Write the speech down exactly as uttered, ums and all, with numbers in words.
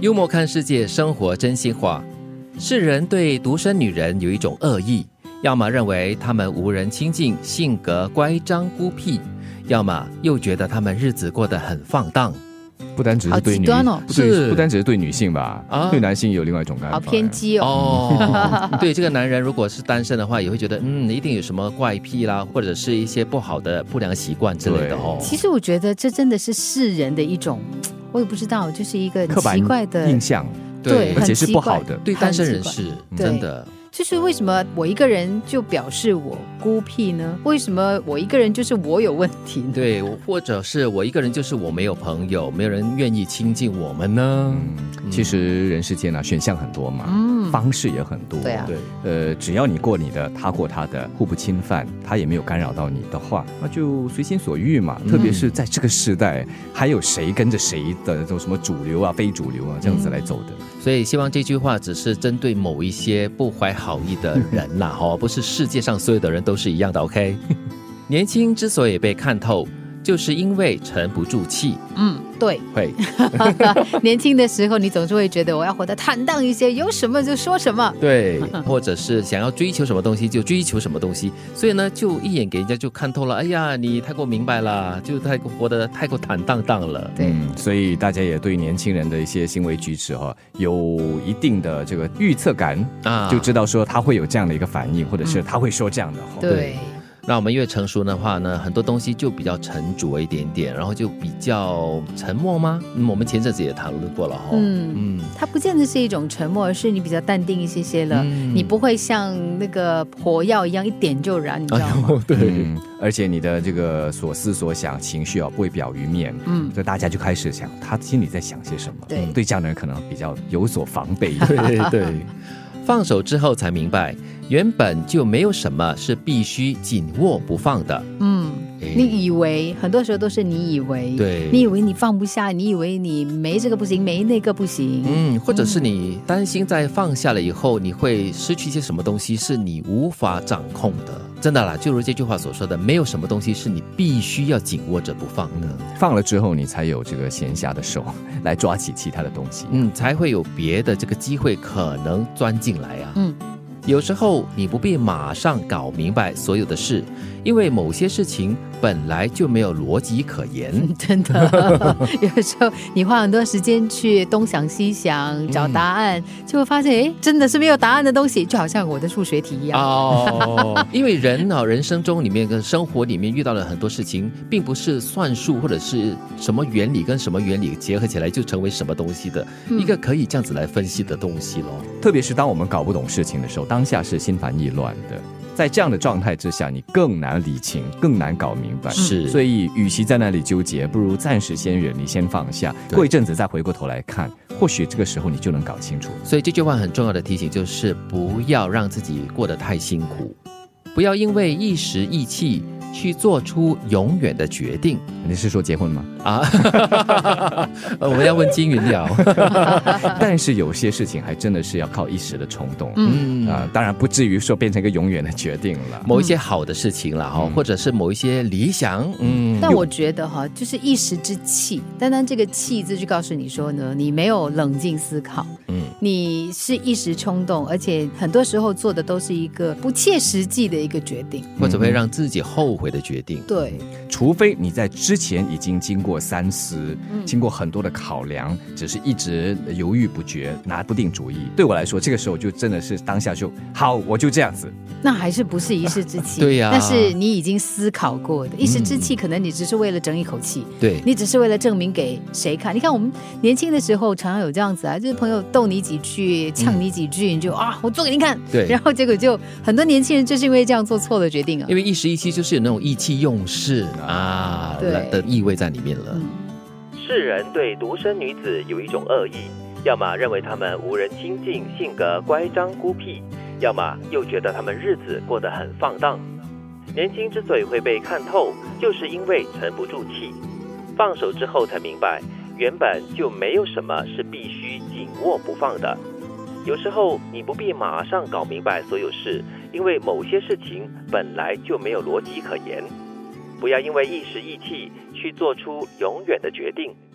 幽默看世界，生活真心话。世人对独生女人有一种恶意，要么认为她们无人亲近，性格乖张孤僻，要么又觉得她们日子过得很放荡。 不单只是对女， 哦、 不, 是不单只是对女性吧、啊、对男性也有另外一种看法。 好偏激哦。 哦对，这个男人如果是单身的话，也会觉得嗯，一定有什么怪癖啦，或者是一些不好的不良习惯之类的哦。 其实我觉得这真的是世人的一种，我也不知道，就是一个很奇怪的印象， 对， 而且是不好的， 对单身人士真的。 就是为什么我一个人就表示我孤僻呢？为什么我一个人就是我有问题呢？ 对，或者是我一个人就是我没有朋友，没有人愿意亲近我们呢？ 嗯、其实人世间啊，选项很多嘛，嗯、方式也很多。 对啊， 对， 呃，只要你过你的，他过他的，互不侵犯，他也没有干扰到你的话，那就随心所欲嘛。嗯、特别是在这个时代，还有谁跟着谁的这种什么主流啊、非主流啊这样子来走的？ 嗯、所以希望这句话只是针对某一些不怀好意的人啦，哈，不是世界上所有的人都是一样的 ，OK？ 年轻之所以被看透，就是因为沉不住气。 嗯，对， 会。 年轻的时候，你总是会觉得我要活得坦荡一些，有什么就说什么。 对，或者是想要追求什么东西就追求什么东西，所以呢，就一眼给人家就看透了。哎呀，你太过明白了，就太过活得太过坦荡荡了。 对、 嗯，所以大家也对年轻人的一些行为举止哈、哦，有一定的这个预测感啊，就知道说他会有这样的一个反应，或者是他会说这样的话、 嗯。对。 那我们越成熟的话呢，很多东西就比较沉着一点点，然后就比较沉默吗？嗯，我们前阵子也谈论过了哈。 嗯嗯，它不见得是一种沉默，而是你比较淡定一些些了，嗯、你不会像那个火药一样一点就燃，你知道吗？ 哎、对、 嗯，而且你的这个所思所想、情绪啊不会表于面，嗯，所以大家就开始想他心里在想些什么。 对， 对这样的人可能比较有所防备。 对对。放手之后才明白，原本就没有什么是必须紧握不放的。 嗯，你以为很多时候都是你以为， 对， 你以为你放不下，你以为你没这个不行，没那个不行。 嗯，或者是你担心在放下了以后，你会失去一些什么东西是你无法掌控的。真的啦，就如这句话所说的，没有什么东西是你必须要紧握着不放的。 嗯、放了之后，你才有这个闲暇的手来抓起其他的东西， 嗯，才会有别的这个机会可能钻进来啊。 嗯， 有时候你不必马上搞明白所有的事，因为某些事情本来就没有逻辑可言。 真的，有时候你花很多时间去东想西想找答案，嗯、就会发现，哎，真的是没有答案的东西，就好像我的数学题一样。 哦，因为人啊，人生中里面跟生活里面遇到了很多事情，并不是算术或者是什么原理跟什么原理结合起来就成为什么东西的、嗯、一个可以这样子来分析的东西咯。 特别是当我们搞不懂事情的时候，当下是心烦意乱的。在这样的状态之下，你更难理清，更难搞明白。 是， 所以与其在那里纠结，不如暂时先远离，先放下，过一阵子再回过头来看，或许这个时候你就能搞清楚。 所以这句话很重要的提醒就是，不要让自己过得太辛苦，不要因为一时意气去做出永远的决定。 你是说结婚吗？ 啊，我们要问金云了。 但是有些事情还真的是要靠一时的冲动， 嗯啊、呃，当然不至于说变成一个永远的决定了。 某一些好的事情了哈、嗯，或者是某一些理想，嗯。 但我觉得哈，就是一时之气，单单这个气字就告诉你说呢，你没有冷静思考，嗯，你是一时冲动，而且很多时候做的都是一个不切实际的一个决定， 或者会让自己后悔的决定。 对， 除非你在之前已经经过三思，嗯、经过很多的考量，只是一直犹豫不决，拿不定主意。对我来说，这个时候就真的是当下就好，我就这样子。 那还是不是一时之气？ 对呀、啊， 那是你已经思考过的。一时之气，可能你只是为了争一口气， 对、嗯， 你只是为了证明给谁看。你看我们年轻的时候，常常有这样子啊，就是朋友逗你几句，呛你几句，嗯、你就啊，我做给你看。 对， 然后结果就很多年轻人就是因为这样做错了决定啊。 因为一时一气就是有那种意气用事啊的意味在里面了。 嗯， 世人对独生女子有一种恶意，要么认为她们无人亲近，性格乖张孤僻，要么又觉得她们日子过得很放荡。年轻之所以会被看透，就是因为沉不住气，放手之后才明白，原本就没有什么是必须紧握不放的。有时候你不必马上搞明白所有事，因为某些事情本来就没有逻辑可言。不要因为一时意气去做出永远的决定。